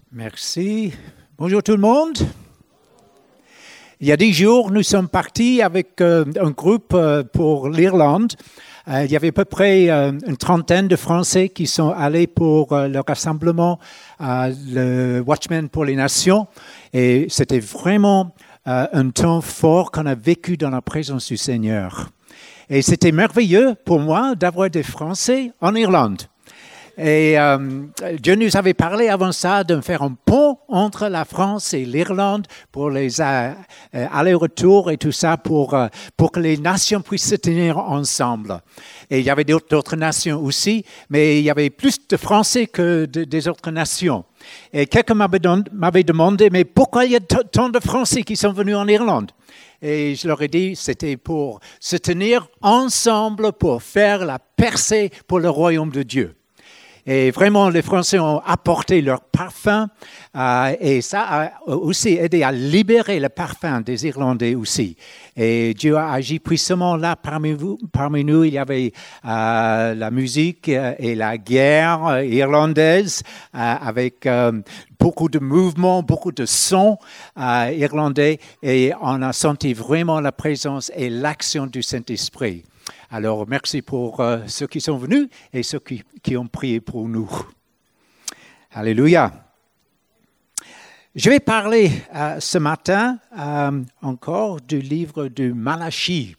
Merci. Bonjour tout le monde. Il y a 10 jours, nous sommes partis avec un groupe pour l'Irlande. Il y avait à peu près une trentaine de Français qui sont allés pour le rassemblement, le Watchmen pour les Nations. Et c'était vraiment un temps fort qu'on a vécu dans la présence du Seigneur. Et c'était merveilleux pour moi d'avoir des Français en Irlande. Et Dieu nous avait parlé avant ça de faire un pont entre la France et l'Irlande pour les allers-retours et tout ça pour que les nations puissent se tenir ensemble. Et il y avait d'autres nations aussi, mais il y avait plus de Français que des autres nations. Et quelqu'un m'avait demandé, mais pourquoi il y a tant de Français qui sont venus en Irlande? Et je leur ai dit, c'était pour se tenir ensemble pour faire la percée pour le royaume de Dieu. Et vraiment, les Français ont apporté leur parfum et ça a aussi aidé à libérer le parfum des Irlandais aussi. Et Dieu a agi puissamment là parmi nous. Il y avait la musique et la guerre irlandaise avec beaucoup de mouvements, beaucoup de sons irlandais et on a senti vraiment la présence et l'action du Saint-Esprit. Alors, merci pour ceux qui sont venus et ceux qui ont prié pour nous. Alléluia. Je vais parler ce matin encore du livre de Malachie.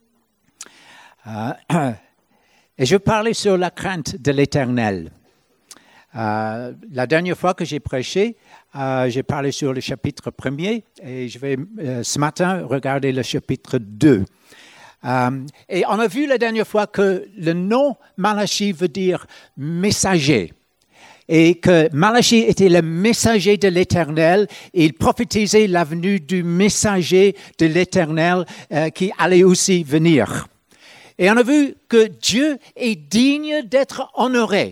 Et je vais parler sur la crainte de l'Éternel. La dernière fois que j'ai prêché, j'ai parlé sur le chapitre 1er et je vais ce matin regarder le chapitre 2. Et on a vu la dernière fois que le nom Malachie veut dire messager. Et que Malachie était le messager de l'Éternel. Et il prophétisait la venue du messager de l'Éternel qui allait aussi venir. Et on a vu que Dieu est digne d'être honoré.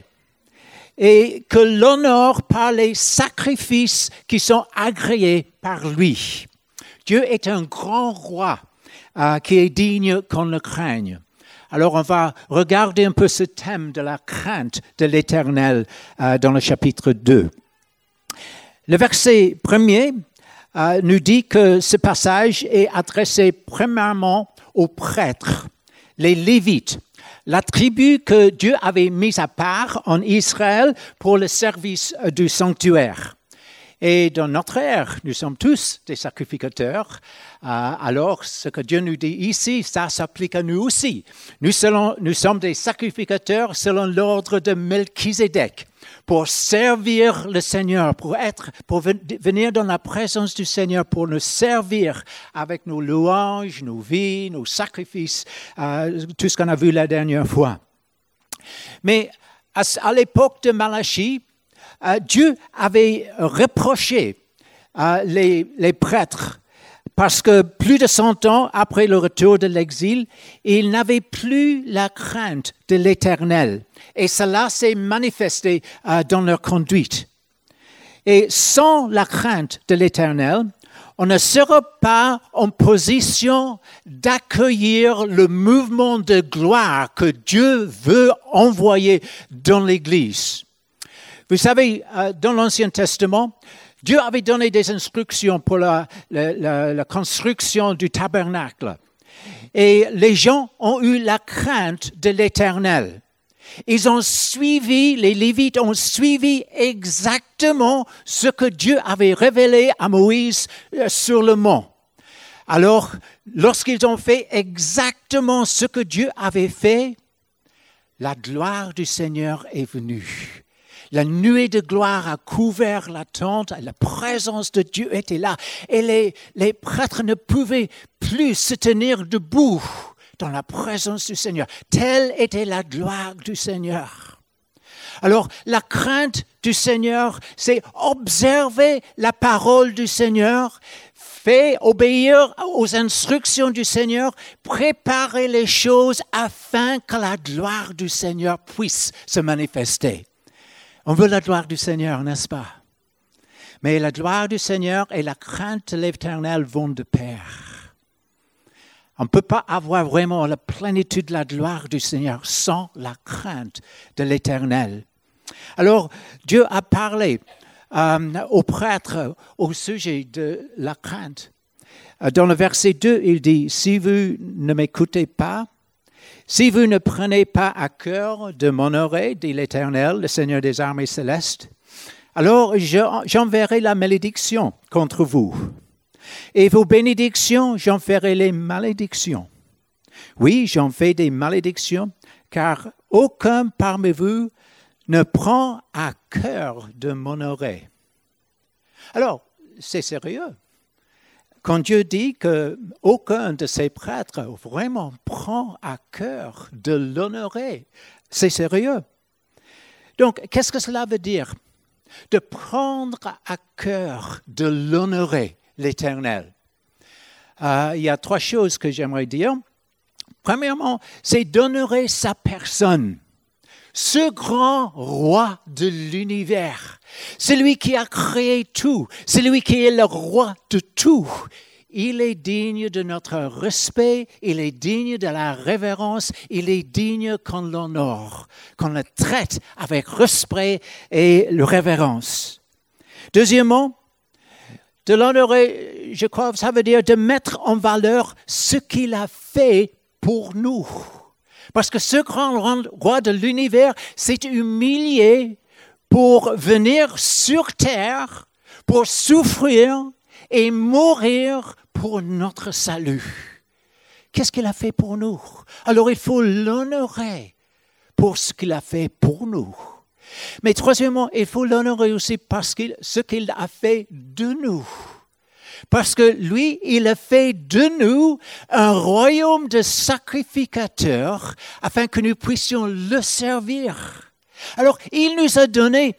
Et que l'honneur par les sacrifices qui sont agréés par lui. Dieu est un grand roi. Qui est digne qu'on le craigne. Alors, on va regarder un peu ce thème de la crainte de l'Éternel dans le chapitre 2. Le verset 1er nous dit que ce passage est adressé premièrement aux prêtres, les Lévites, la tribu que Dieu avait mise à part en Israël pour le service du sanctuaire. Et dans notre ère, nous sommes tous des sacrificateurs. Alors, ce que Dieu nous dit ici, ça s'applique à nous aussi. Nous sommes des sacrificateurs selon l'ordre de Melchizedek pour servir le Seigneur, pour venir dans la présence du Seigneur, pour nous servir avec nos louanges, nos vies, nos sacrifices, tout ce qu'on a vu la dernière fois. Mais à l'époque de Malachie, Dieu avait reproché les prêtres parce que plus de 100 ans après le retour de l'exil, ils n'avaient plus la crainte de l'Éternel. Et cela s'est manifesté dans leur conduite. Et sans la crainte de l'Éternel, on ne sera pas en position d'accueillir le mouvement de gloire que Dieu veut envoyer dans l'Église. Vous savez, dans l'Ancien Testament, Dieu avait donné des instructions pour la construction du tabernacle. Et les gens ont eu la crainte de l'Éternel. Ils ont suivi, les Lévites ont suivi exactement ce que Dieu avait révélé à Moïse sur le mont. Alors, lorsqu'ils ont fait exactement ce que Dieu avait fait, la gloire du Seigneur est venue. La nuée de gloire a couvert la tente, la présence de Dieu était là. Et les prêtres ne pouvaient plus se tenir debout dans la présence du Seigneur. Telle était la gloire du Seigneur. Alors, la crainte du Seigneur, c'est observer la parole du Seigneur, faire obéir aux instructions du Seigneur, préparer les choses afin que la gloire du Seigneur puisse se manifester. On veut la gloire du Seigneur, n'est-ce pas? Mais la gloire du Seigneur et la crainte de l'Éternel vont de pair. On ne peut pas avoir vraiment la plénitude de la gloire du Seigneur sans la crainte de l'Éternel. Alors, Dieu a parlé au prêtre au sujet de la crainte. Dans le verset 2, il dit, « Si vous ne m'écoutez pas, si vous ne prenez pas à cœur de m'honorer, dit l'Éternel, le Seigneur des armées célestes, alors j'enverrai la malédiction contre vous. Et vos bénédictions, j'en ferai les malédictions. Oui, j'en fais des malédictions, car aucun parmi vous ne prend à cœur de m'honorer. » Alors, c'est sérieux. Quand Dieu dit qu'aucun de ses prêtres vraiment prend à cœur de l'honorer, c'est sérieux. Donc, qu'est-ce que cela veut dire? De prendre à cœur de l'honorer, l'Éternel. Il y a 3 choses que j'aimerais dire. Premièrement, c'est d'honorer sa personne. Ce grand roi de l'univers, celui qui a créé tout, celui qui est le roi de tout, il est digne de notre respect, il est digne de la révérence, il est digne qu'on l'honore, qu'on le traite avec respect et révérence. Deuxièmement, de l'honorer, je crois que ça veut dire de mettre en valeur ce qu'il a fait pour nous. Parce que ce grand roi de l'univers s'est humilié pour venir sur terre, pour souffrir et mourir pour notre salut. Qu'est-ce qu'il a fait pour nous? Alors il faut l'honorer pour ce qu'il a fait pour nous. Mais troisièmement, il faut l'honorer aussi parce que ce qu'il a fait de nous. Parce que lui, il a fait de nous un royaume de sacrificateurs afin que nous puissions le servir. Alors, il nous a donné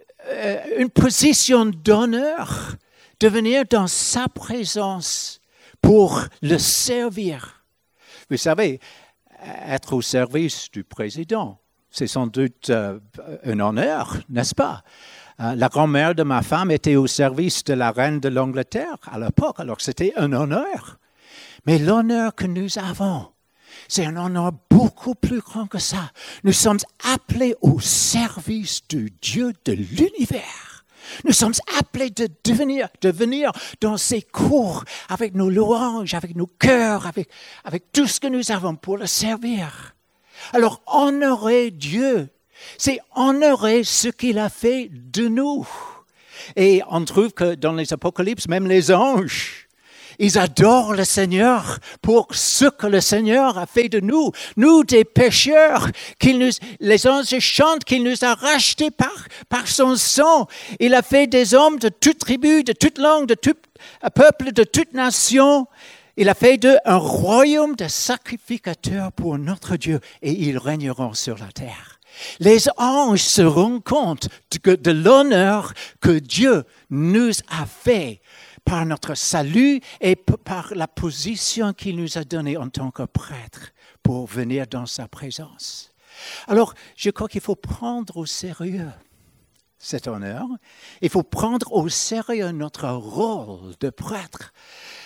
une position d'honneur de venir dans sa présence pour le servir. Vous savez, être au service du président, c'est sans doute un honneur, n'est-ce pas? La grand-mère de ma femme était au service de la reine de l'Angleterre à l'époque, alors c'était un honneur. Mais l'honneur que nous avons, c'est un honneur beaucoup plus grand que ça. Nous sommes appelés au service du Dieu de l'univers. Nous sommes appelés de venir dans ses cours avec nos louanges, avec nos cœurs, avec tout ce que nous avons pour le servir. Alors, honorer Dieu, c'est honorer ce qu'il a fait de nous. Et on trouve que dans les Apocalypses, même les anges, ils adorent le Seigneur pour ce que le Seigneur a fait de nous. Nous, des pécheurs, les anges chantent qu'il nous a rachetés par son sang. Il a fait des hommes de toute tribu, de toute langue, de tout peuple, de toute nation. Il a fait d'eux un royaume de sacrificateurs pour notre Dieu et ils régneront sur la terre. Les anges se rendent compte de l'honneur que Dieu nous a fait par notre salut et par la position qu'il nous a donnée en tant que prêtre pour venir dans sa présence. Alors, je crois qu'il faut prendre au sérieux cet honneur. Il faut prendre au sérieux notre rôle de prêtre.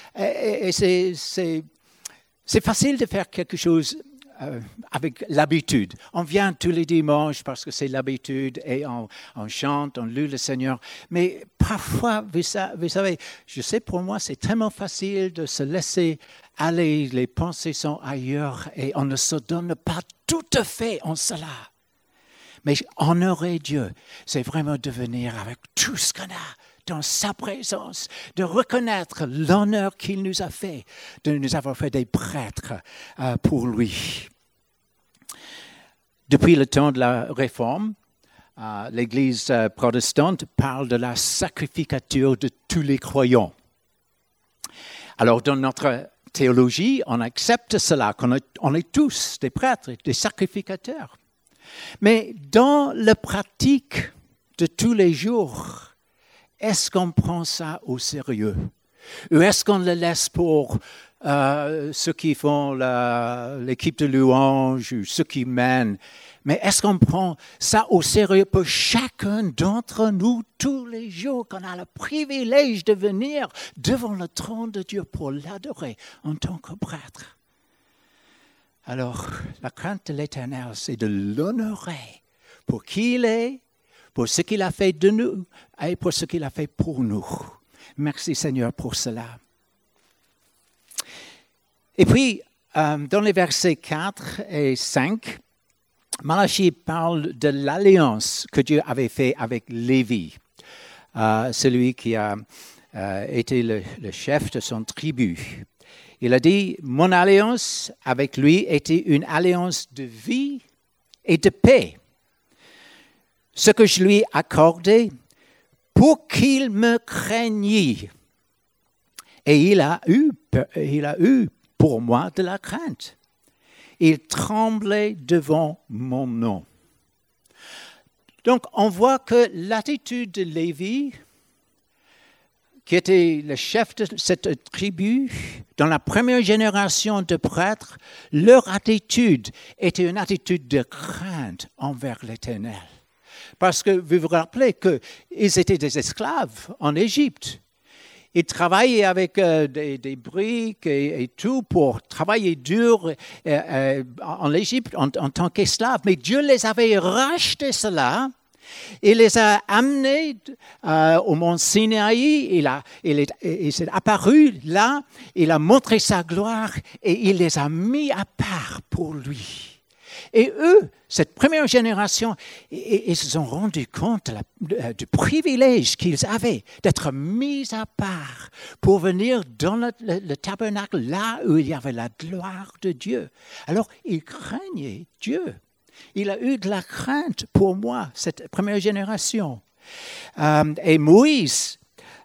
Et c'est facile de faire quelque chose avec l'habitude. On vient tous les dimanches parce que c'est l'habitude et on chante, on loue le Seigneur. Mais parfois, vous savez, je sais pour moi, c'est tellement facile de se laisser aller. Les pensées sont ailleurs et on ne se donne pas tout à fait en cela. Mais honorer Dieu, c'est vraiment devenir avec tout ce qu'on a dans sa présence, de reconnaître l'honneur qu'il nous a fait, de nous avoir fait des prêtres pour lui. Depuis le temps de la Réforme, l'Église protestante parle de la sacrificature de tous les croyants. Alors, dans notre théologie, on accepte cela, qu'on est tous des prêtres, des sacrificateurs. Mais dans la pratique de tous les jours, est-ce qu'on prend ça au sérieux? Ou est-ce qu'on le laisse pour ceux qui font l'équipe de louange ou ceux qui mènent? Mais est-ce qu'on prend ça au sérieux pour chacun d'entre nous tous les jours, qu'on a le privilège de venir devant le trône de Dieu pour l'adorer en tant que prêtre? Alors, la crainte de l'Éternel, c'est de l'honorer pour qui il est, pour ce qu'il a fait de nous et pour ce qu'il a fait pour nous. Merci Seigneur pour cela. Et puis, dans les versets 4 et 5, Malachie parle de l'alliance que Dieu avait faite avec Lévi, celui qui a été le chef de son tribu. Il a dit, mon alliance avec lui était une alliance de vie et de paix. Ce que je lui accordais pour qu'il me craignît. Et il a eu pour moi de la crainte. Il tremblait devant mon nom. Donc, on voit que l'attitude de Lévi, qui était le chef de cette tribu, dans la première génération de prêtres, leur attitude était une attitude de crainte envers l'Éternel. Parce que vous vous rappelez qu'ils étaient des esclaves en Égypte. Ils travaillaient avec des briques et tout pour travailler dur en Égypte en tant qu'esclaves. Mais Dieu les avait rachetés cela. Il les a amenés au mont Sinaï. Il s'est apparu là. Il a montré sa gloire et il les a mis à part pour lui. Et eux, cette première génération, ils se sont rendus compte du privilège qu'ils avaient d'être mis à part pour venir dans le tabernacle, là où il y avait la gloire de Dieu. Alors, ils craignaient Dieu. Il a eu de la crainte pour moi, cette première génération. Et Moïse,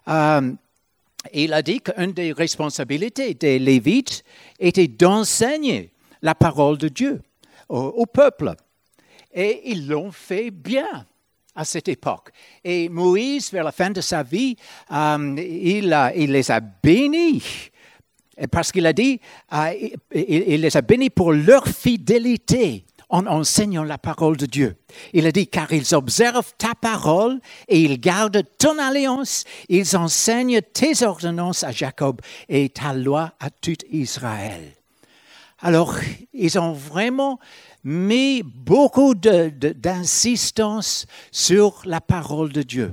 il a dit qu'une des responsabilités des Lévites était d'enseigner la parole de Dieu au peuple. Et ils l'ont fait bien à cette époque. Et Moïse, vers la fin de sa vie, il les a bénis. Parce qu'il a dit, il les a bénis pour leur fidélité en enseignant la parole de Dieu. Il a dit, car ils observent ta parole et ils gardent ton alliance. Ils enseignent tes ordonnances à Jacob et ta loi à tout Israël. Alors, ils ont vraiment mis beaucoup d'insistance sur la parole de Dieu,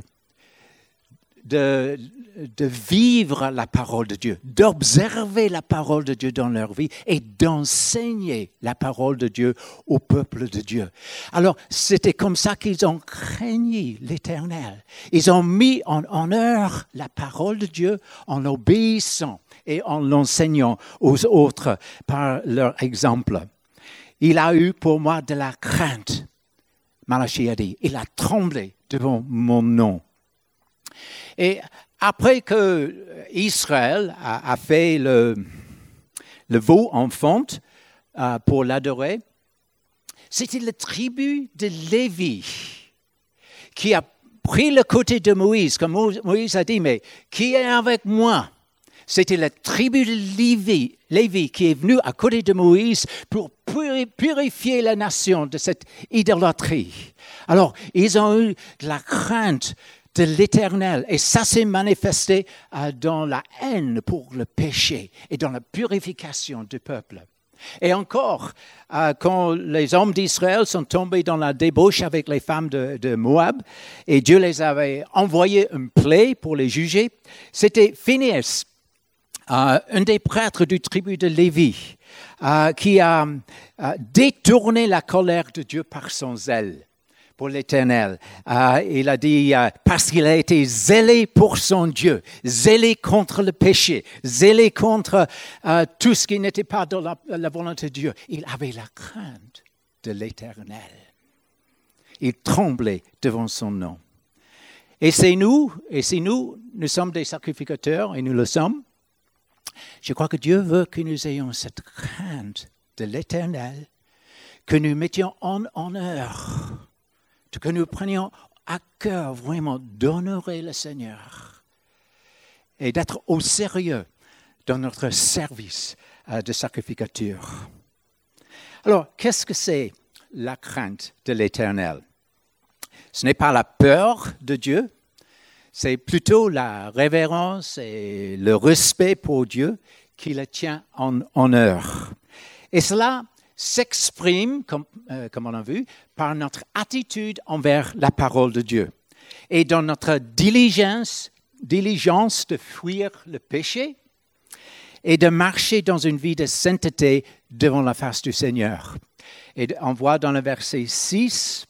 de vivre la parole de Dieu, d'observer la parole de Dieu dans leur vie et d'enseigner la parole de Dieu au peuple de Dieu. Alors, c'était comme ça qu'ils ont craigné l'Éternel. Ils ont mis en honneur la parole de Dieu en obéissant et en l'enseignant aux autres par leur exemple. Il a eu pour moi de la crainte, Malachie a dit. Il a tremblé devant mon nom. Et après que Israël a fait le veau en fonte pour l'adorer, c'était la tribu de Lévi qui a pris le côté de Moïse. Comme Moïse a dit, mais qui est avec moi? C'était la tribu de Lévi qui est venue à côté de Moïse pour purifier la nation de cette idolâtrie. Alors, ils ont eu de la crainte de l'Éternel. Et ça s'est manifesté dans la haine pour le péché et dans la purification du peuple. Et encore, quand les hommes d'Israël sont tombés dans la débauche avec les femmes de Moab, et Dieu les avait envoyé une plaie pour les juger, c'était Phinehas, un des prêtres du tribu de Lévi, qui a détourné la colère de Dieu par son zèle pour l'Éternel. Il a dit, parce qu'il a été zélé pour son Dieu, zélé contre le péché, zélé contre tout ce qui n'était pas dans la volonté de Dieu. Il avait la crainte de l'Éternel. Il tremblait devant son nom. Et c'est nous sommes des sacrificateurs, et nous le sommes. Je crois que Dieu veut que nous ayons cette crainte de l'Éternel, que nous mettions en honneur, que nous prenions à cœur vraiment d'honorer le Seigneur et d'être au sérieux dans notre service de sacrificature. Alors, qu'est-ce que c'est la crainte de l'Éternel? Ce n'est pas la peur de Dieu, c'est plutôt la révérence et le respect pour Dieu qui le tient en honneur. Et cela, s'exprime, comme on a vu, par notre attitude envers la parole de Dieu. Et dans notre diligence de fuir le péché et de marcher dans une vie de sainteté devant la face du Seigneur. Et on voit dans le verset 6,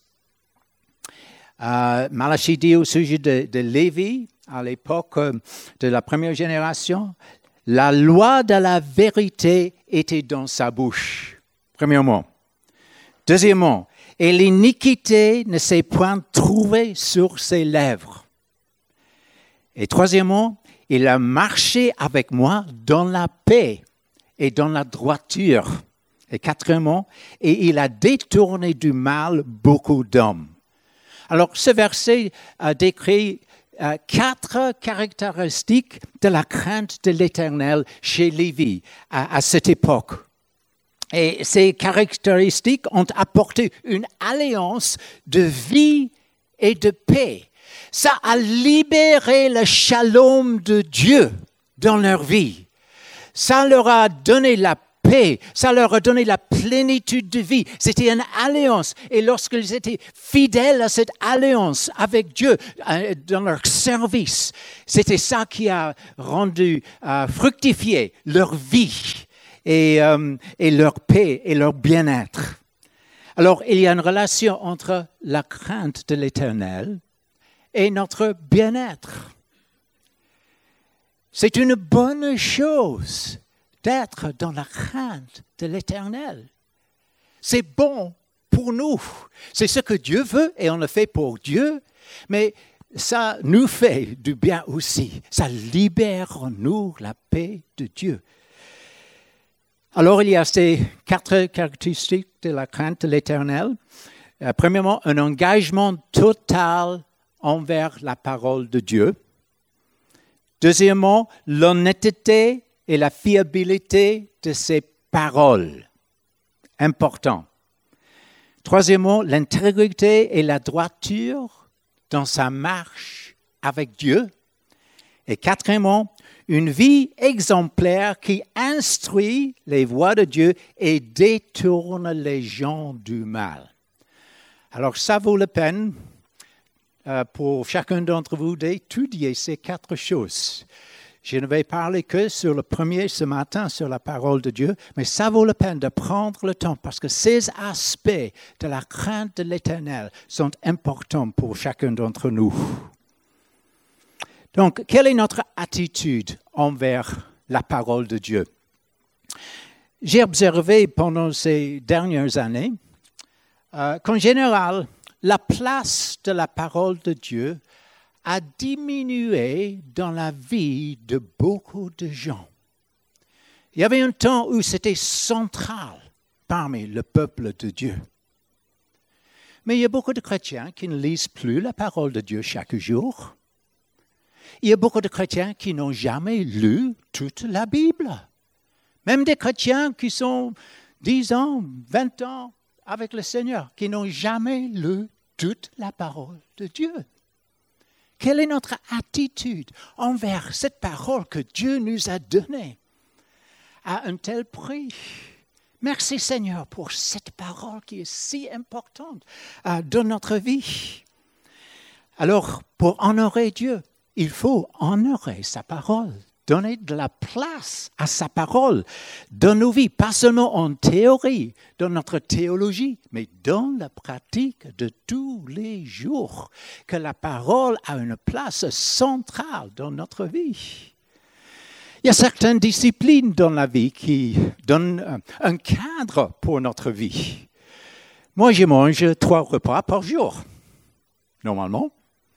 Malachie dit au sujet de Lévi, à l'époque de la première génération, la loi de la vérité était dans sa bouche. Premièrement. Deuxièmement, et l'iniquité ne s'est point trouvée sur ses lèvres. Et troisièmement, il a marché avec moi dans la paix et dans la droiture. Et quatrièmement, et il a détourné du mal beaucoup d'hommes. Alors, ce verset décrit 4 caractéristiques de la crainte de l'Éternel chez Lévi à cette époque. Et ces caractéristiques ont apporté une alliance de vie et de paix. Ça a libéré le shalom de Dieu dans leur vie. Ça leur a donné la paix, ça leur a donné la plénitude de vie. C'était une alliance. Et lorsqu'ils étaient fidèles à cette alliance avec Dieu dans leur service, c'était ça qui a rendu fructifier leur vie et leur paix et leur bien-être. Alors, il y a une relation entre la crainte de l'Éternel et notre bien-être. C'est une bonne chose d'être dans la crainte de l'Éternel. C'est bon pour nous. C'est ce que Dieu veut et on le fait pour Dieu, mais ça nous fait du bien aussi. Ça libère en nous la paix de Dieu. Alors, il y a ces 4 caractéristiques de la crainte de l'Éternel. Premièrement, un engagement total envers la parole de Dieu. Deuxièmement, l'honnêteté et la fiabilité de ses paroles. Important. Troisièmement, l'intégrité et la droiture dans sa marche avec Dieu. Et quatrièmement, une vie exemplaire qui instruit les voies de Dieu et détourne les gens du mal. Alors, ça vaut la peine pour chacun d'entre vous d'étudier ces 4 choses. Je ne vais parler que sur le premier ce matin, sur la parole de Dieu, mais ça vaut la peine de prendre le temps parce que ces aspects de la crainte de l'Éternel sont importants pour chacun d'entre nous. Donc, quelle est notre attitude envers la parole de Dieu? J'ai observé pendant ces dernières années qu'en général, la place de la parole de Dieu a diminué dans la vie de beaucoup de gens. Il y avait un temps où c'était central parmi le peuple de Dieu. Mais il y a beaucoup de chrétiens qui ne lisent plus la parole de Dieu chaque jour. Il y a beaucoup de chrétiens qui n'ont jamais lu toute la Bible. Même des chrétiens qui sont 10 ans, 20 ans avec le Seigneur, qui n'ont jamais lu toute la parole de Dieu. Quelle est notre attitude envers cette parole que Dieu nous a donnée à un tel prix? Merci Seigneur pour cette parole qui est si importante dans notre vie. Alors, pour honorer Dieu, il faut honorer sa parole, donner de la place à sa parole dans nos vies, pas seulement en théorie, dans notre théologie, mais dans la pratique de tous les jours, que la parole a une place centrale dans notre vie. Il y a certaines disciplines dans la vie qui donnent un cadre pour notre vie. Moi, je mange 3 repas par jour, normalement.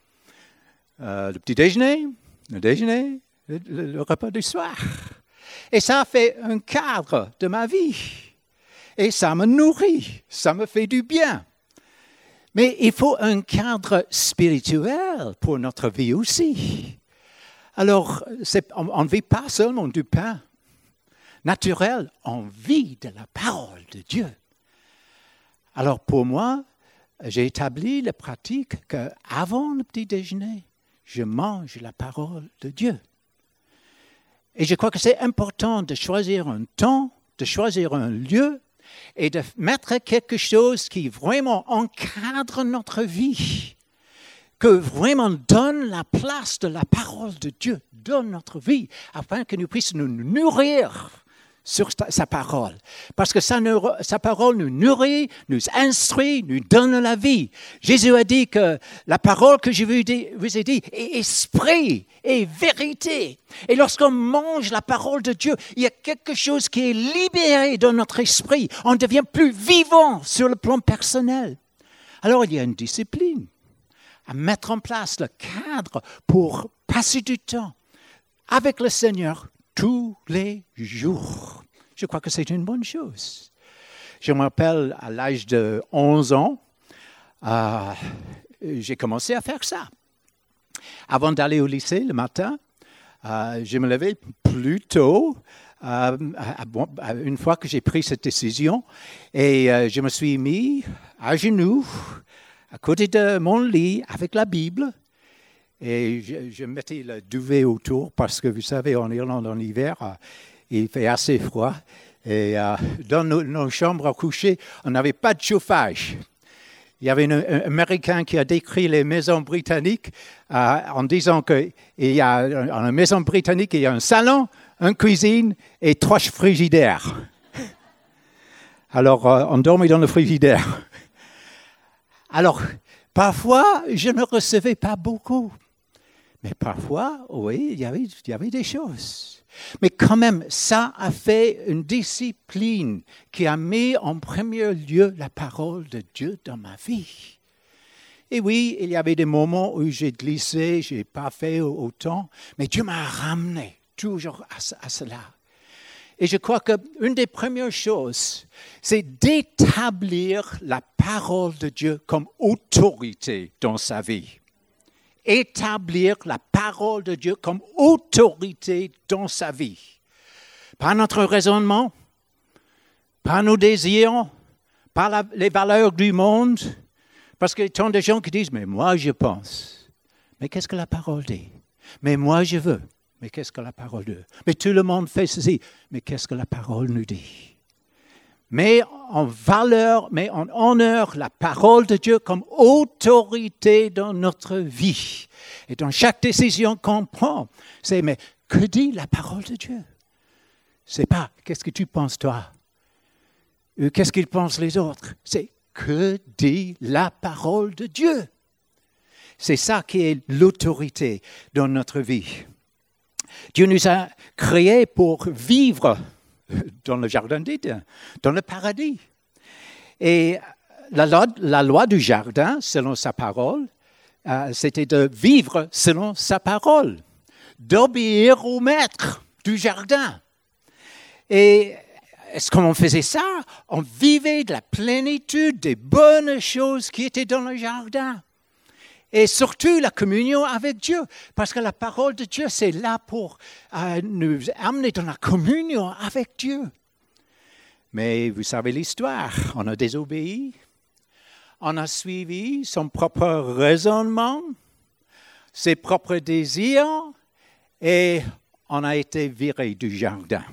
Le petit déjeuner, le déjeuner, le repas du soir. Et ça fait un cadre de ma vie. Et ça me nourrit, ça me fait du bien. Mais il faut un cadre spirituel pour notre vie aussi. Alors, on ne vit pas seulement du pain naturel, on vit de la parole de Dieu. Alors pour moi, j'ai établi la pratique qu'avant le petit déjeuner, je mange la parole de Dieu. Et je crois que c'est important de choisir un temps, de choisir un lieu et de mettre quelque chose qui vraiment encadre notre vie, que vraiment donne la place de la parole de Dieu dans notre vie, afin que nous puissions nous nourrir sur sa parole. Parce que sa parole nous nourrit, nous instruit, nous donne la vie. Jésus a dit que la parole que je vous ai dit est esprit et vérité. Et lorsqu'on mange la parole de Dieu, il y a quelque chose qui est libéré dans notre esprit. On devient plus vivant sur le plan personnel. Alors il y a une discipline à mettre en place, le cadre pour passer du temps avec le Seigneur tous les jours. Je crois que c'est une bonne chose. Je me rappelle, à l'âge de 11 ans, j'ai commencé à faire ça. Avant d'aller au lycée le matin, je me levais plus tôt, une fois que j'ai pris cette décision, et je me suis mis à genoux, à côté de mon lit, avec la Bible. Et je mettais le duvet autour parce que, vous savez, en Irlande, en hiver, il fait assez froid. Et dans nos chambres à coucher, on n'avait pas de chauffage. Il y avait un Américain qui a décrit les maisons britanniques en disant qu'il y a dans la maison britannique, il y a un salon, une cuisine et 3 frigidaires. Alors, on dormait dans le frigidaire. Alors, parfois, je ne recevais pas beaucoup. Mais parfois, oui, il y avait des choses. Mais quand même, ça a fait une discipline qui a mis en premier lieu la parole de Dieu dans ma vie. Et oui, il y avait des moments où j'ai glissé, je n'ai pas fait autant, mais Dieu m'a ramené toujours à cela. Et je crois qu'une des premières choses, c'est d'établir la parole de Dieu comme autorité dans sa vie. Établir la parole de Dieu comme autorité dans sa vie. Pas notre raisonnement, pas nos désirs, pas les valeurs du monde. Parce qu'il y a tant de gens qui disent, mais moi je pense. Mais qu'est-ce que la parole dit? Mais moi je veux. Mais qu'est-ce que la parole dit? Mais tout le monde fait ceci. Mais qu'est-ce que la parole nous dit? Mais en valeur, mais en honneur, la parole de Dieu comme autorité dans notre vie. Et dans chaque décision qu'on prend, c'est mais que dit la parole de Dieu? C'est pas qu'est-ce que tu penses toi? Ou qu'est-ce qu'ils pensent les autres? C'est que dit la parole de Dieu? C'est ça qui est l'autorité dans notre vie. Dieu nous a créés pour vivre dans le jardin d'Éden, dans le paradis. Et la loi du jardin, selon sa parole, c'était de vivre selon sa parole, d'obéir au maître du jardin. Et est-ce qu'on faisait ça? On vivait de la plénitude des bonnes choses qui étaient dans le jardin. Et surtout la communion avec Dieu, parce que la parole de Dieu, c'est là pour nous amener dans la communion avec Dieu. Mais vous savez l'histoire, on a désobéi, on a suivi son propre raisonnement, ses propres désirs, et on a été viré du jardin.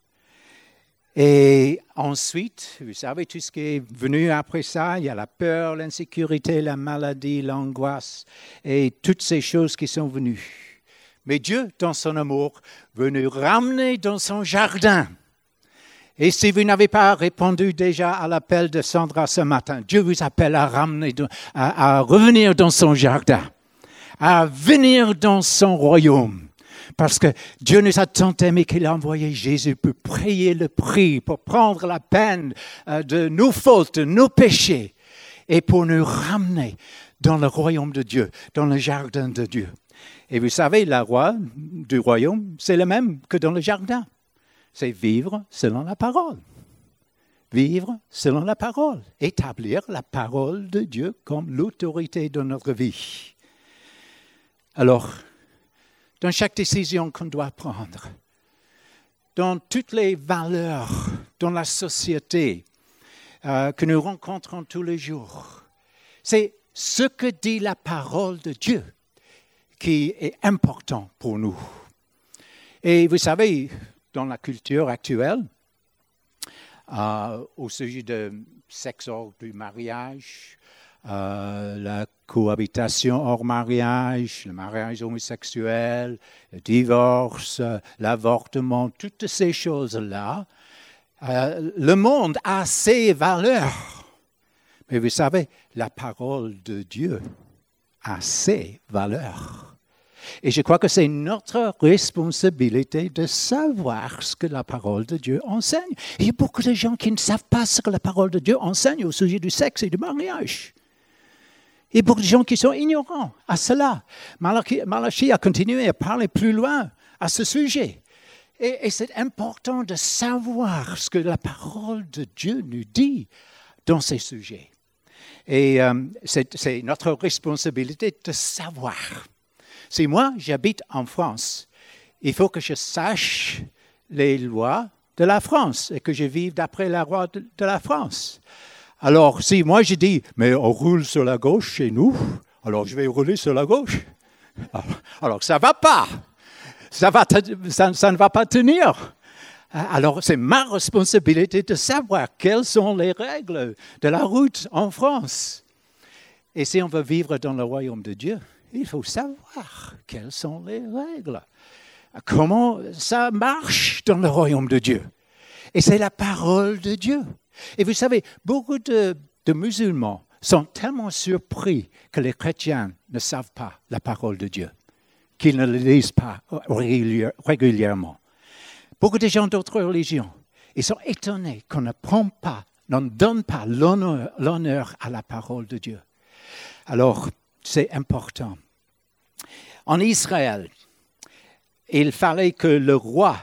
Et ensuite, vous savez, tout ce qui est venu après ça, il y a la peur, l'insécurité, la maladie, l'angoisse et toutes ces choses qui sont venues. Mais Dieu, dans son amour, veut nous ramener dans son jardin. Et si vous n'avez pas répondu déjà à l'appel de Sandra ce matin, Dieu vous appelle à revenir dans son jardin, à venir dans son royaume. Parce que Dieu nous a tant aimés qu'il a envoyé Jésus pour payer le prix, pour prendre la peine de nos fautes, de nos péchés, et pour nous ramener dans le royaume de Dieu, dans le jardin de Dieu. Et vous savez, la loi du royaume, c'est le même que dans le jardin. C'est vivre selon la parole. Vivre selon la parole. Établir la parole de Dieu comme l'autorité de notre vie. Alors, dans chaque décision qu'on doit prendre, dans toutes les valeurs dans la société que nous rencontrons tous les jours, c'est ce que dit la parole de Dieu qui est important pour nous. Et vous savez, dans la culture actuelle, au sujet de sexe hors du mariage, la cohabitation hors mariage, le mariage homosexuel, le divorce, l'avortement, toutes ces choses-là. Le monde a ses valeurs. Mais vous savez, la parole de Dieu a ses valeurs. Et je crois que c'est notre responsabilité de savoir ce que la parole de Dieu enseigne. Il y a beaucoup de gens qui ne savent pas ce que la parole de Dieu enseigne au sujet du sexe et du mariage. Il y a beaucoup de gens qui sont ignorants à cela. Malachie a continué à parler plus loin à ce sujet. Et c'est important de savoir ce que la parole de Dieu nous dit dans ces sujets. Et c'est notre responsabilité de savoir. Si moi, j'habite en France, il faut que je sache les lois de la France et que je vive d'après la loi de la France. Alors, si moi je dis, mais on roule sur la gauche chez nous, alors je vais rouler sur la gauche. Alors ça ne va pas. Ça ne va pas tenir. Alors, c'est ma responsabilité de savoir quelles sont les règles de la route en France. Et si on veut vivre dans le royaume de Dieu, il faut savoir quelles sont les règles. Comment ça marche dans le royaume de Dieu. Et c'est la parole de Dieu. Et vous savez, beaucoup de musulmans sont tellement surpris que les chrétiens ne savent pas la parole de Dieu, qu'ils ne la lisent pas régulièrement. Beaucoup de gens d'autres religions, ils sont étonnés qu'on ne donne pas l'honneur à la parole de Dieu. Alors, c'est important. En Israël, il fallait que le roi,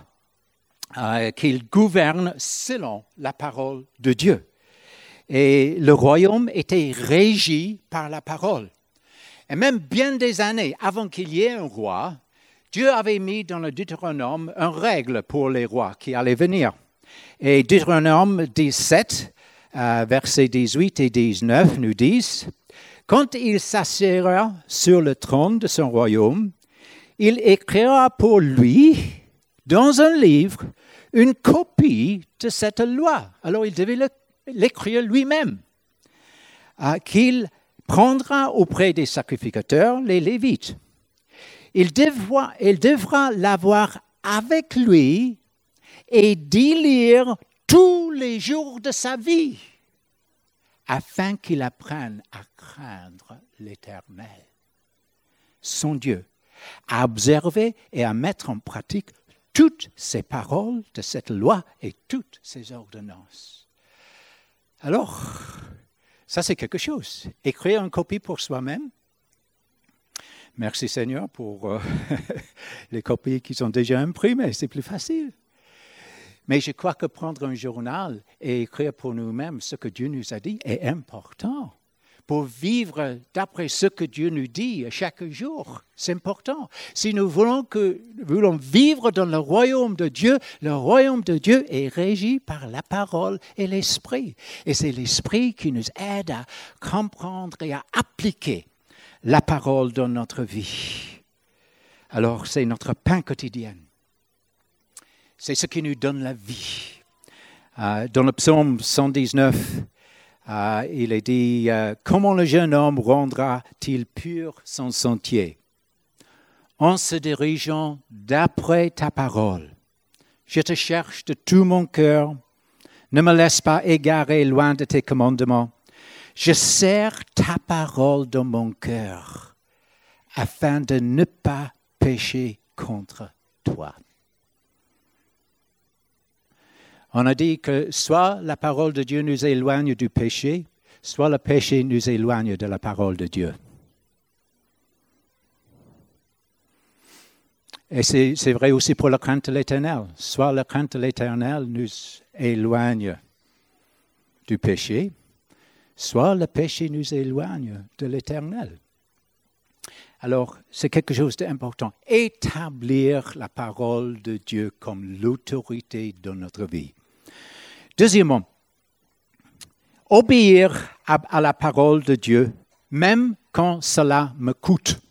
qu'il gouverne selon la parole de Dieu. Et le royaume était régi par la parole. Et même bien des années avant qu'il y ait un roi, Dieu avait mis dans le Deutéronome une règle pour les rois qui allaient venir. Et Deutéronome 17, versets 18 et 19 nous disent « Quand il s'assiera sur le trône de son royaume, il écrira pour lui, dans un livre, une copie de cette loi. » Alors il devait l'écrire lui-même. Qu'il prendra auprès des sacrificateurs, les Lévites. Il devra l'avoir avec lui et d'y lire tous les jours de sa vie, afin qu'il apprenne à craindre l'Éternel, son Dieu, à observer et à mettre en pratique toutes ces paroles de cette loi et toutes ces ordonnances. Alors, ça c'est quelque chose. Écrire une copie pour soi-même. Merci Seigneur pour les copies qui sont déjà imprimées, c'est plus facile. Mais je crois que prendre un journal et écrire pour nous-mêmes ce que Dieu nous a dit est important. Pour vivre d'après ce que Dieu nous dit chaque jour, c'est important. Si nous voulons vivre dans le royaume de Dieu est régi par la parole et l'esprit. Et c'est l'esprit qui nous aide à comprendre et à appliquer la parole dans notre vie. Alors, c'est notre pain quotidien. C'est ce qui nous donne la vie. Dans le psaume 119, il est dit « Comment le jeune homme rendra-t-il pur son sentier? En se dirigeant d'après ta parole. Je te cherche de tout mon cœur. Ne me laisse pas égarer loin de tes commandements. Je serre ta parole dans mon cœur, afin de ne pas pécher contre toi. » On a dit que soit la parole de Dieu nous éloigne du péché, soit le péché nous éloigne de la parole de Dieu. Et c'est vrai aussi pour la crainte de l'Éternel. Soit la crainte de l'Éternel nous éloigne du péché, soit le péché nous éloigne de l'Éternel. Alors, c'est quelque chose d'important. Établir la parole de Dieu comme l'autorité dans notre vie. Deuxièmement, obéir à la parole de Dieu, même quand cela me coûte.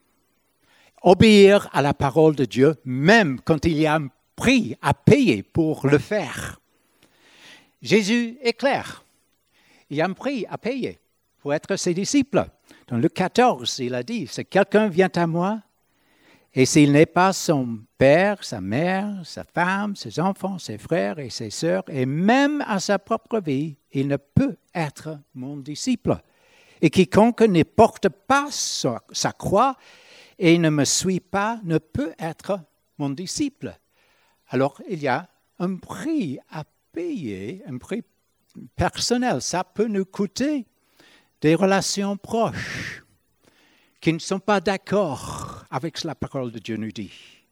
Obéir à la parole de Dieu, même quand il y a un prix à payer pour le faire. Jésus est clair. Il y a un prix à payer pour être ses disciples. Dans Luc 14, il a dit, si quelqu'un vient à moi, et s'il n'est pas son père, sa mère, sa femme, ses enfants, ses frères et ses sœurs, et même à sa propre vie, il ne peut être mon disciple. Et quiconque ne porte pas sa croix et ne me suit pas ne peut être mon disciple. Alors, il y a un prix à payer, un prix personnel. Ça peut nous coûter des relations proches qui ne sont pas d'accord avec ce que la parole de Dieu nous dit.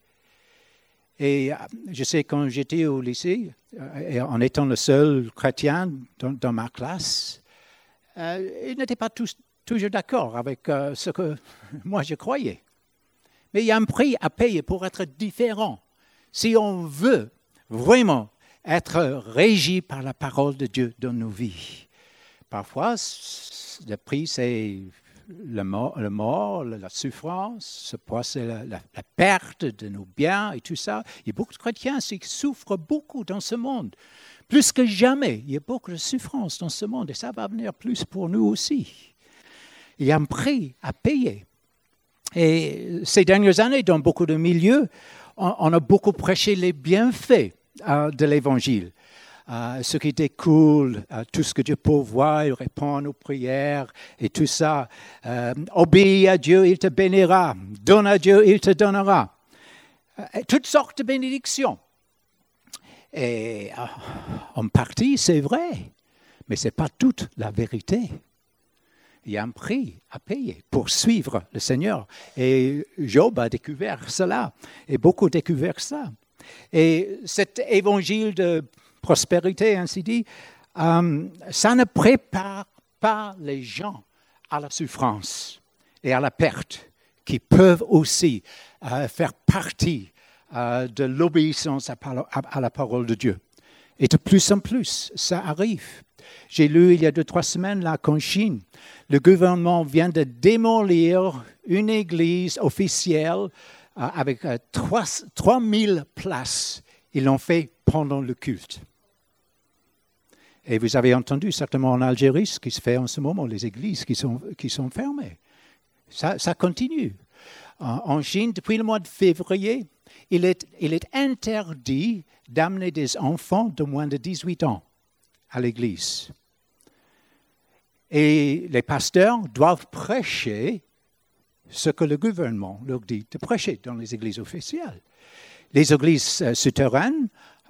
Et je sais, quand j'étais au lycée, en étant le seul chrétien dans ma classe, ils n'étaient pas tous toujours d'accord avec ce que moi je croyais. Mais il y a un prix à payer pour être différent. Si on veut vraiment être régi par la parole de Dieu dans nos vies. Parfois, le prix, c'est la mort, la souffrance, parfois c'est la perte de nos biens et tout ça. Il y a beaucoup de chrétiens qui souffrent beaucoup dans ce monde. Plus que jamais, il y a beaucoup de souffrance dans ce monde et ça va venir plus pour nous aussi. Il y a un prix à payer. Et ces dernières années, dans beaucoup de milieux, on a beaucoup prêché les bienfaits de l'Évangile. Ce qui découle, tout ce que Dieu pourvoit, il répond à nos prières et tout ça. Obéis à Dieu, il te bénira. Donne à Dieu, il te donnera. Toutes sortes de bénédictions. Et en partie, c'est vrai, mais ce n'est pas toute la vérité. Il y a un prix à payer pour suivre le Seigneur. Et Job a découvert cela, et beaucoup découvert ça. Et cet évangile de prospérité, ainsi dit, ça ne prépare pas les gens à la souffrance et à la perte, qui peuvent aussi faire partie de l'obéissance à la parole de Dieu. Et de plus en plus, ça arrive. J'ai lu il y a 2-3 semaines là qu'en Chine, le gouvernement vient de démolir une église officielle avec 3000 places. Ils l'ont fait pendant le culte. Et vous avez entendu certainement en Algérie ce qui se fait en ce moment, les églises qui sont fermées. Ça continue. En Chine, depuis le mois de février, il est interdit d'amener des enfants de moins de 18 ans à l'église. Et les pasteurs doivent prêcher ce que le gouvernement leur dit de prêcher dans les églises officielles. Les églises souterraines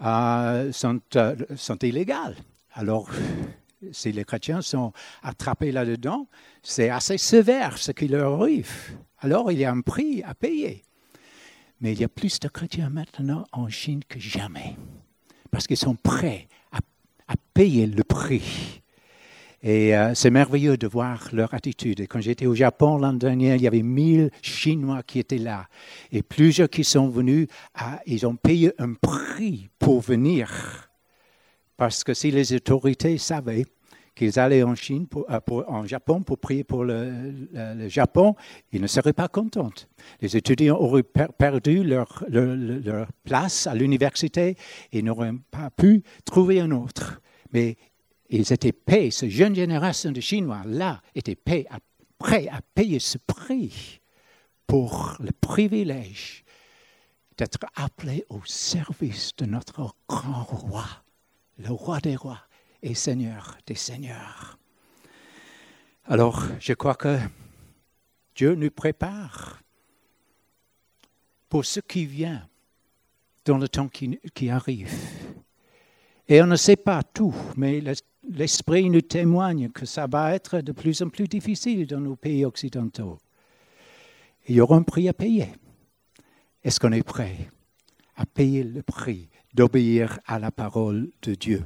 sont illégales. Alors, si les chrétiens sont attrapés là-dedans, c'est assez sévère ce qui leur arrive. Alors, il y a un prix à payer. Mais il y a plus de chrétiens maintenant en Chine que jamais, parce qu'ils sont prêts à payer le prix. Et c'est merveilleux de voir leur attitude. Et quand j'étais au Japon l'an dernier, il y avait 1000 Chinois qui étaient là. Et plusieurs qui sont venus, ils ont payé un prix pour venir. Parce que si les autorités savaient qu'ils allaient en Chine, en Japon pour prier pour le Japon, ils ne seraient pas contents. Les étudiants auraient perdu leur place à l'université et n'auraient pas pu trouver un autre. Mais ils étaient payés, cette jeune génération de Chinois-là était prêts à payer ce prix pour le privilège d'être appelés au service de notre grand roi, le roi des rois et Seigneur des seigneurs. Alors, je crois que Dieu nous prépare pour ce qui vient dans le temps qui arrive. Et on ne sait pas tout, mais l'Esprit nous témoigne que ça va être de plus en plus difficile dans nos pays occidentaux. Il y aura un prix à payer. Est-ce qu'on est prêt à payer le prix d'obéir à la parole de Dieu?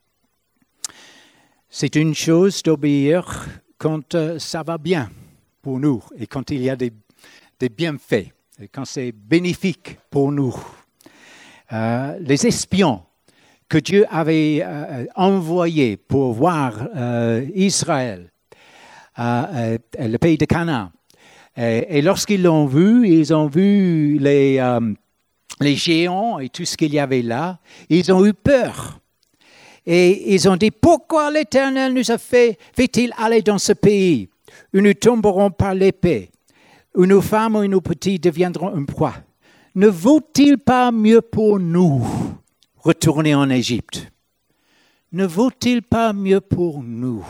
C'est une chose d'obéir quand ça va bien pour nous et quand il y a des bienfaits, et quand c'est bénéfique pour nous. Les espions que Dieu avait envoyés pour voir Israël, le pays de Canaan. Et lorsqu'ils l'ont vu, ils ont vu les géants et tout ce qu'il y avait là. Ils ont eu peur. Et ils ont dit, pourquoi l'Éternel nous fait-il aller dans ce pays où nous tomberons par l'épée, où nos femmes et nos petits deviendront une proie? Ne vaut-il pas mieux pour nous retourner en Égypte? Ne vaut-il pas mieux pour nous?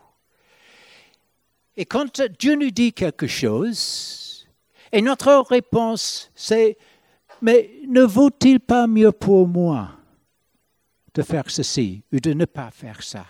Et quand Dieu nous dit quelque chose, et notre réponse c'est, mais ne vaut-il pas mieux pour moi de faire ceci ou de ne pas faire ça?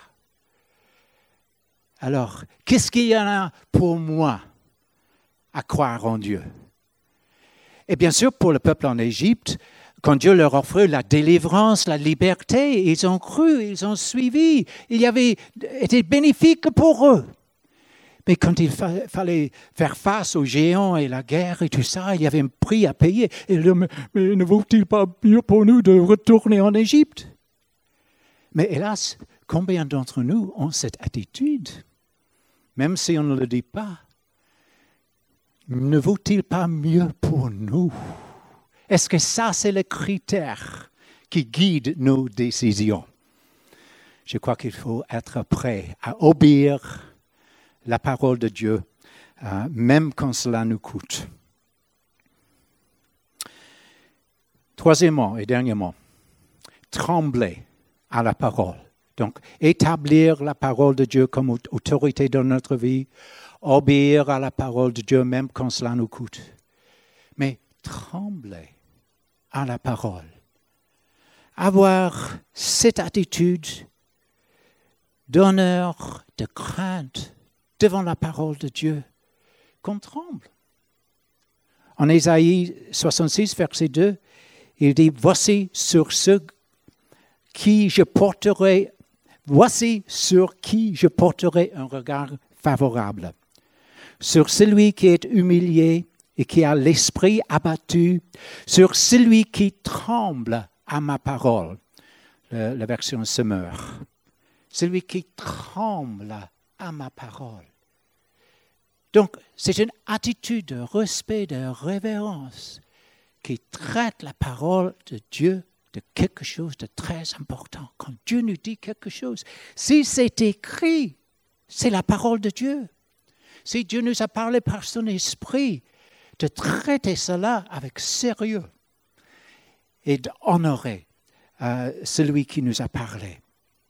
Alors, qu'est-ce qu'il y en a pour moi à croire en Dieu? Et bien sûr, pour le peuple en Égypte, quand Dieu leur offrait la délivrance, la liberté, ils ont cru, ils ont suivi. Il y avait été bénéfique pour eux. Mais quand il fallait faire face aux géants et la guerre et tout ça, il y avait un prix à payer. Et mais ne vaut-il pas mieux pour nous de retourner en Égypte? Mais hélas, combien d'entre nous ont cette attitude? Même si on ne le dit pas, ne vaut-il pas mieux pour nous? Est-ce que ça, c'est le critère qui guide nos décisions? Je crois qu'il faut être prêt à obéir la parole de Dieu, même quand cela nous coûte. Troisièmement et dernièrement, trembler à la parole. Donc, établir la parole de Dieu comme autorité dans notre vie, obéir à la parole de Dieu même quand cela nous coûte. Mais trembler à la parole. Avoir cette attitude d'honneur, de crainte devant la parole de Dieu, qu'on tremble. En Ésaïe 66, verset 2, il dit, voici sur qui je porterai un regard favorable. Sur celui qui est humilié et qui a l'esprit abattu, sur celui qui tremble à ma parole. La version Semeur. Celui qui tremble à ma parole. Donc, c'est une attitude de respect, de révérence qui traite la parole de Dieu de quelque chose de très important. Quand Dieu nous dit quelque chose, si c'est écrit, c'est la parole de Dieu. Si Dieu nous a parlé par son esprit, de traiter cela avec sérieux et d'honorer celui qui nous a parlé.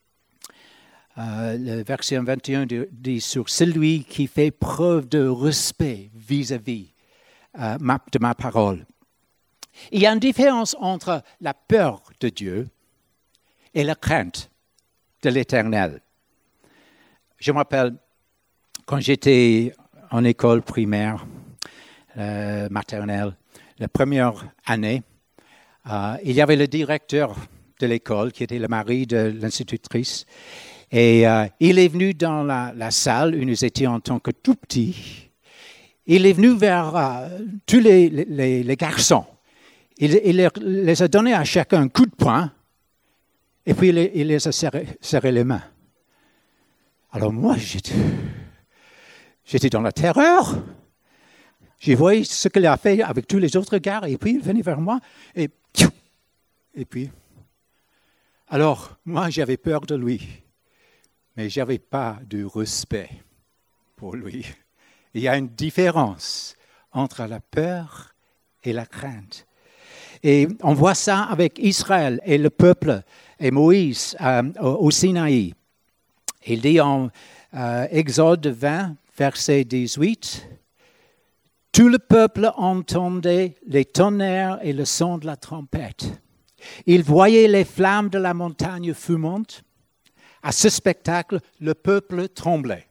Le verset 21 dit sur celui qui fait preuve de respect vis-à-vis de ma parole. Il y a une différence entre la peur de Dieu et la crainte de l'Éternel. Je me rappelle, quand j'étais en école primaire, maternelle, la première année, il y avait le directeur de l'école qui était le mari de l'institutrice. Et il est venu dans la salle où nous étions en tant que tout petits. Il est venu vers tous les garçons. Il les a donnés à chacun un coup de poing et puis il les a serré les mains. Alors moi, j'étais dans la terreur. J'ai vu ce qu'il a fait avec tous les autres gars et puis il venait vers moi et puis... Alors, moi, j'avais peur de lui. Mais je n'avais pas de respect pour lui. Il y a une différence entre la peur et la crainte. Et on voit ça avec Israël et le peuple et Moïse au Sinaï. Il dit en Exode 20, verset 18, « Tout le peuple entendait les tonnerres et le son de la trompette. Il voyait les flammes de la montagne fumante. À ce spectacle, le peuple tremblait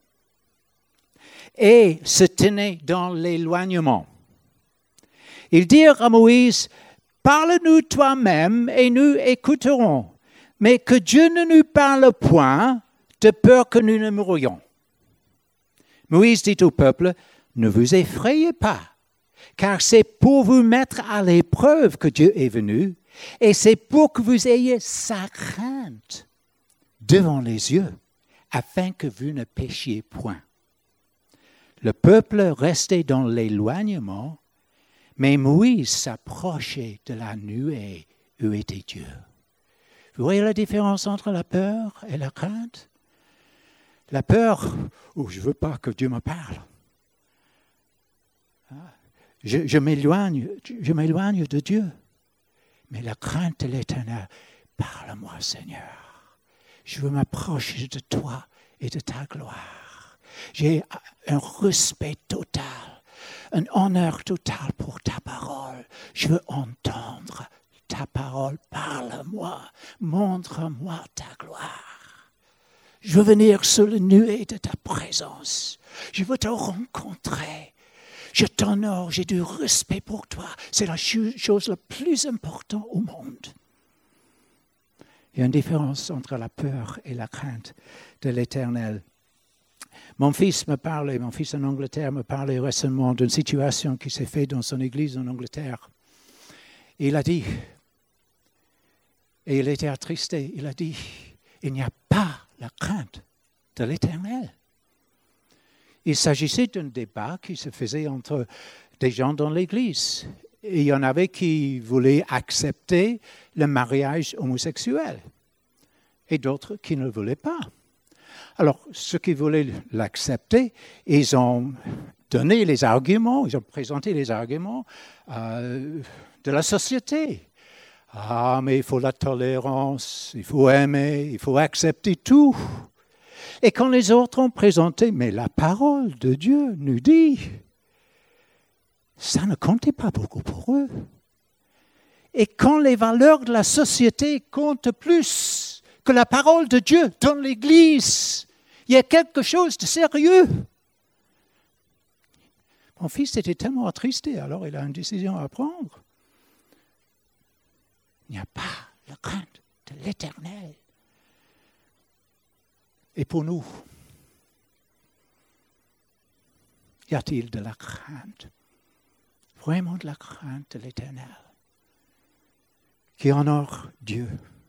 et se tenait dans l'éloignement. Ils dirent à Moïse, « Parle-nous toi-même et nous écouterons, mais que Dieu ne nous parle point de peur que nous ne mourions. » Moïse dit au peuple, « Ne vous effrayez pas, car c'est pour vous mettre à l'épreuve que Dieu est venu, et c'est pour que vous ayez sa crainte devant les yeux, afin que vous ne péchiez point. » Le peuple restait dans l'éloignement, mais Moïse s'approchait de la nuée où était Dieu. Vous voyez la différence entre la peur et la crainte? La peur, je ne veux pas que Dieu me parle. Je m'éloigne de Dieu. Mais la crainte de l'Éternel, parle-moi Seigneur. Je veux m'approcher de toi et de ta gloire. J'ai un respect total, un honneur total pour ta parole. Je veux entendre ta parole. Parle-moi, montre-moi ta gloire. Je veux venir sur le nuée de ta présence. Je veux te rencontrer. Je t'honore, j'ai du respect pour toi. C'est la chose la plus importante au monde. Il y a une différence entre la peur et la crainte de l'Éternel. Mon fils en Angleterre me parlait récemment d'une situation qui s'est faite dans son église en Angleterre. Et il a dit, et il était attristé, il a dit, il n'y a pas la crainte de l'Éternel. Il s'agissait d'un débat qui se faisait entre des gens dans l'Église. Et il y en avait qui voulaient accepter le mariage homosexuel et d'autres qui ne le voulaient pas. Alors, ceux qui voulaient l'accepter, ils ont donné les arguments, ils ont présenté les arguments de la société. Ah, mais il faut la tolérance, il faut aimer, il faut accepter tout. Et quand les autres ont présenté, mais la parole de Dieu nous dit, ça ne comptait pas beaucoup pour eux. Et quand les valeurs de la société comptent plus que la parole de Dieu dans l'Église, il y a quelque chose de sérieux. Mon fils était tellement attristé, alors il a une décision à prendre. Il n'y a pas la crainte de l'Éternel. Et pour nous, y a-t-il de la crainte, vraiment de la crainte de l'Éternel, qui honore Dieu?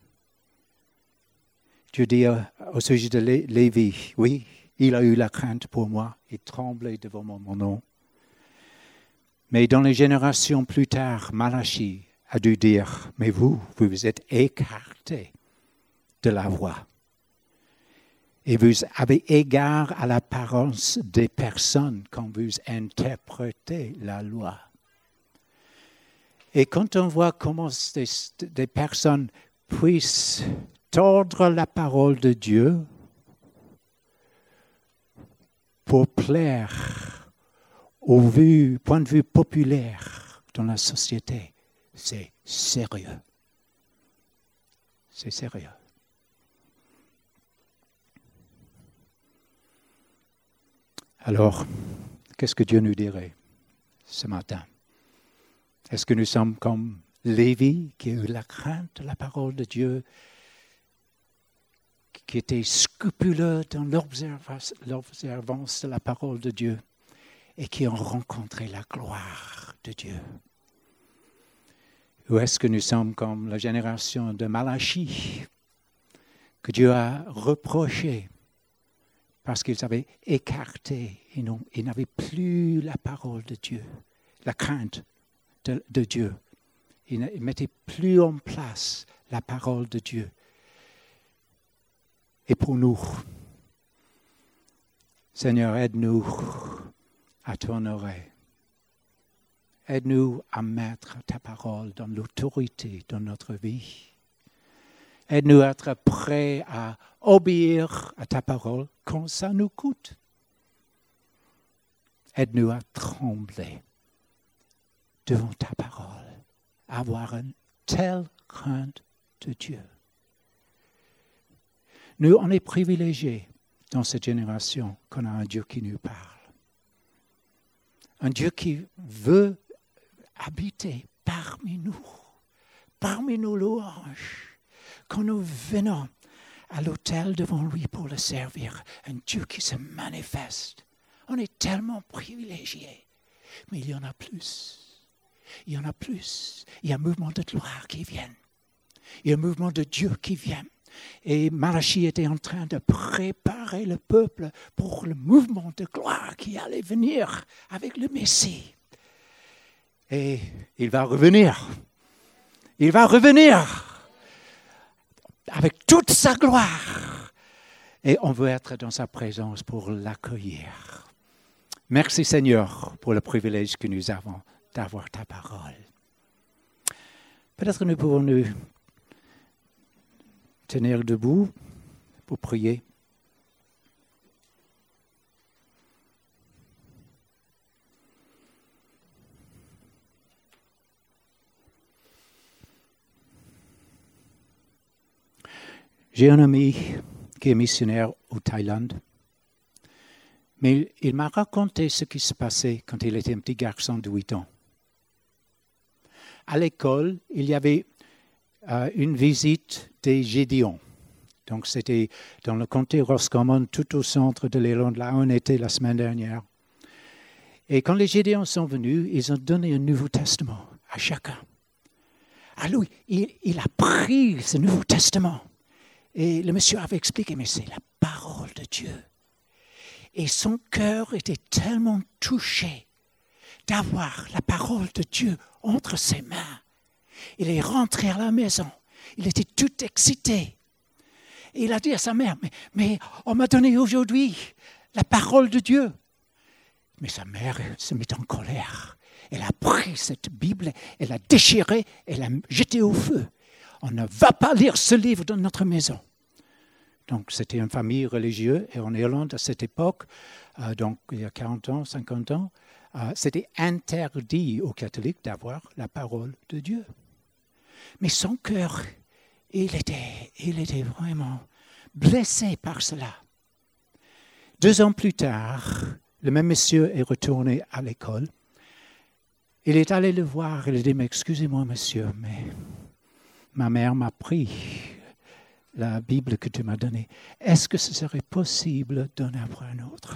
Dieu dit au sujet de Lévi, oui, il a eu la crainte pour moi, il tremblait devant mon nom. Mais dans les générations plus tard, Malachie a dû dire, mais vous êtes écartés de la voix. Et vous avez égard à l'apparence des personnes quand vous interprétez la loi. Et quand on voit comment des personnes puissent tordre la parole de Dieu pour plaire au point de vue populaire dans la société, c'est sérieux. C'est sérieux. Alors, qu'est-ce que Dieu nous dirait ce matin? Est-ce que nous sommes comme Lévi, qui a eu la crainte de la parole de Dieu, qui était scrupuleux dans l'observance de la parole de Dieu et qui ont rencontré la gloire de Dieu? Ou est-ce que nous sommes comme la génération de Malachie, que Dieu a reproché parce qu'ils avaient écarté, ils n'avaient plus la parole de Dieu, la crainte de Dieu. Ils ne mettaient plus en place la parole de Dieu. Et pour nous, Seigneur, aide-nous à t'honorer. Aide-nous à mettre ta parole dans l'autorité de notre vie. Aide-nous à être prêts à obéir à ta parole quand ça nous coûte. Aide-nous à trembler devant ta parole, à avoir une telle crainte de Dieu. Nous, on est privilégiés dans cette génération qu'on a un Dieu qui nous parle. Un Dieu qui veut habiter parmi nos louanges. Quand nous venons à l'autel devant lui pour le servir, un Dieu qui se manifeste. On est tellement privilégiés. Mais il y en a plus. Il y en a plus. Il y a un mouvement de gloire qui vient. Il y a un mouvement de Dieu qui vient. Et Malachie était en train de préparer le peuple pour le mouvement de gloire qui allait venir avec le Messie. Et il va revenir. Il va revenir. avec toute sa gloire. Et on veut être dans sa présence pour l'accueillir. Merci Seigneur pour le privilège que nous avons d'avoir ta parole. Peut-être nous pouvons nous tenir debout pour prier. J'ai un ami qui est missionnaire au Thaïlande, mais il m'a raconté ce qui se passait quand il était un petit garçon de 8 ans. À l'école, il y avait une visite des Gédéons. Donc, c'était dans le comté Roscommon, tout au centre de l'Irlande. Là, on était la semaine dernière. Et quand les Gédéons sont venus, ils ont donné un Nouveau Testament à chacun. Alors, il a pris ce Nouveau Testament. Et le monsieur avait expliqué, mais c'est la parole de Dieu. Et son cœur était tellement touché d'avoir la parole de Dieu entre ses mains. Il est rentré à la maison. Il était tout excité. Et il a dit à sa mère, mais on m'a donné aujourd'hui la parole de Dieu. Mais sa mère se mit en colère. Elle a pris cette Bible, elle l'a déchirée, elle l'a jetée au feu. On ne va pas lire ce livre dans notre maison. Donc, c'était une famille religieuse. Et en Irlande, à cette époque, donc il y a 40 ans, 50 ans, c'était interdit aux catholiques d'avoir la parole de Dieu. Mais son cœur, il était vraiment blessé par cela. 2 ans plus tard, le même monsieur est retourné à l'école. Il est allé le voir, il a dit, mais excusez-moi monsieur, mais ma mère m'a pris la Bible que tu m'as donnée. Est-ce que ce serait possible d'en avoir un autre?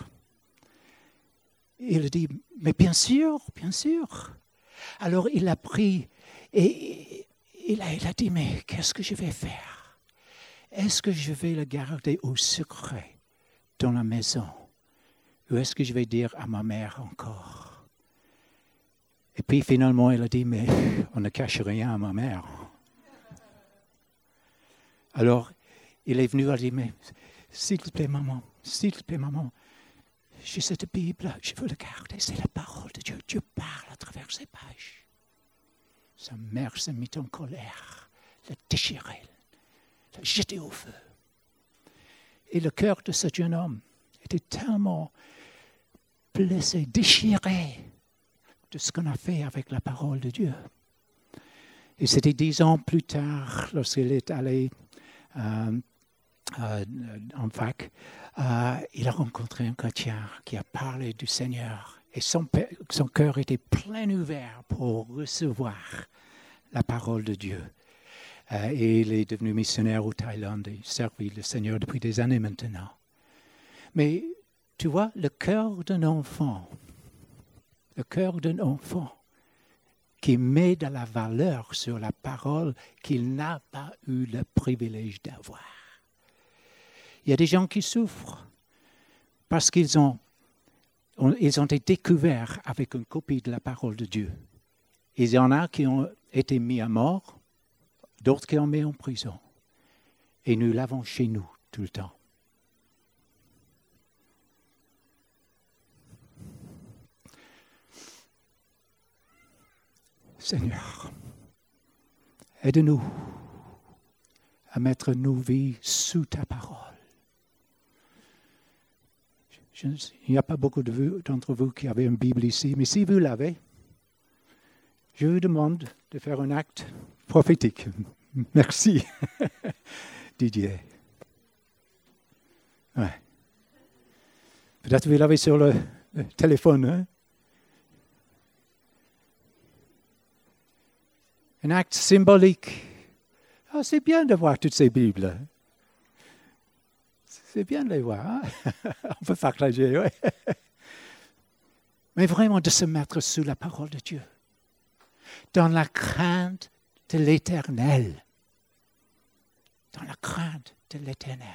Il a dit, mais bien sûr, bien sûr. Alors il a pris et il a dit, mais qu'est-ce que je vais faire? Est-ce que je vais le garder au secret dans la maison? Ou est-ce que je vais dire à ma mère encore? Et puis finalement, il a dit, mais on ne cache rien à ma mère. Alors, il est venu, il a dit, mais s'il te plaît, maman, j'ai cette Bible, je veux la garder, c'est la parole de Dieu. Dieu parle à travers ces pages. Sa mère s'est mise en colère, l'a déchirée, l'a jetée au feu. Et le cœur de ce jeune homme était tellement blessé, déchiré de ce qu'on a fait avec la parole de Dieu. Et c'était 10 ans plus tard, lorsqu'il est allé en fac, il a rencontré un chrétien qui a parlé du Seigneur. Et son cœur était plein ouvert pour recevoir la parole de Dieu. Et il est devenu missionnaire au Thaïlande et servi le Seigneur depuis des années maintenant. Mais tu vois, le cœur d'un enfant qui met de la valeur sur la parole qu'il n'a pas eu le privilège d'avoir. Il y a des gens qui souffrent parce qu'ils ont été découverts avec une copie de la parole de Dieu. Il y en a qui ont été mis à mort, d'autres qui ont mis en prison. Et nous l'avons chez nous tout le temps. Seigneur, aide-nous à mettre nos vies sous ta parole. Il n'y a pas beaucoup d'entre vous qui avez une Bible ici, mais si vous l'avez, je vous demande de faire un acte prophétique. Merci, Didier. Ouais. Peut-être vous l'avez sur le téléphone, hein? Un acte symbolique. Ah, c'est bien de voir toutes ces Bibles. C'est bien de les voir. Hein? On peut partager, oui. Mais vraiment de se mettre sous la parole de Dieu. Dans la crainte de l'Éternel. Dans la crainte de l'Éternel.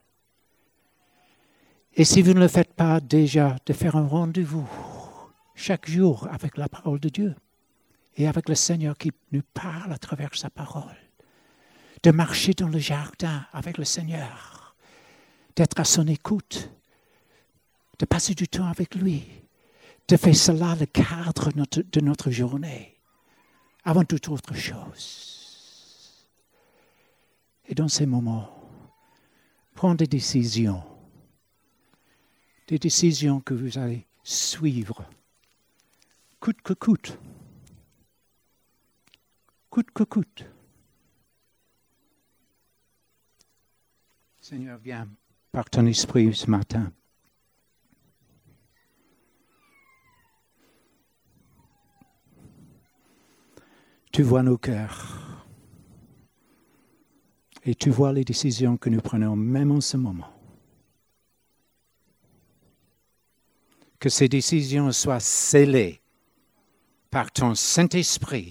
Et si vous ne le faites pas déjà, de faire un rendez-vous chaque jour avec la parole de Dieu. Et avec le Seigneur qui nous parle à travers sa parole. de marcher dans le jardin avec le Seigneur, d'être à son écoute, de passer du temps avec lui, de faire cela le cadre de notre journée, avant toute autre chose. Et dans ces moments, prendre des décisions que vous allez suivre, coûte que coûte. Coûte que coûte. Seigneur, viens par ton esprit ce matin. Tu vois nos cœurs. Et tu vois les décisions que nous prenons même en ce moment. Que ces décisions soient scellées par ton Saint-Esprit.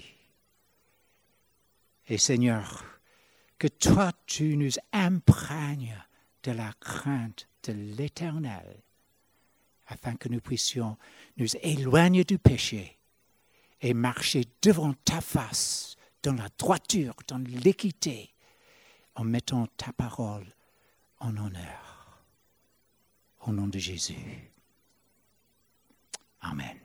Et Seigneur, que toi, tu nous imprègnes de la crainte de l'Éternel, afin que nous puissions nous éloigner du péché et marcher devant ta face, dans la droiture, dans l'équité, en mettant ta parole en honneur. Au nom de Jésus. Amen.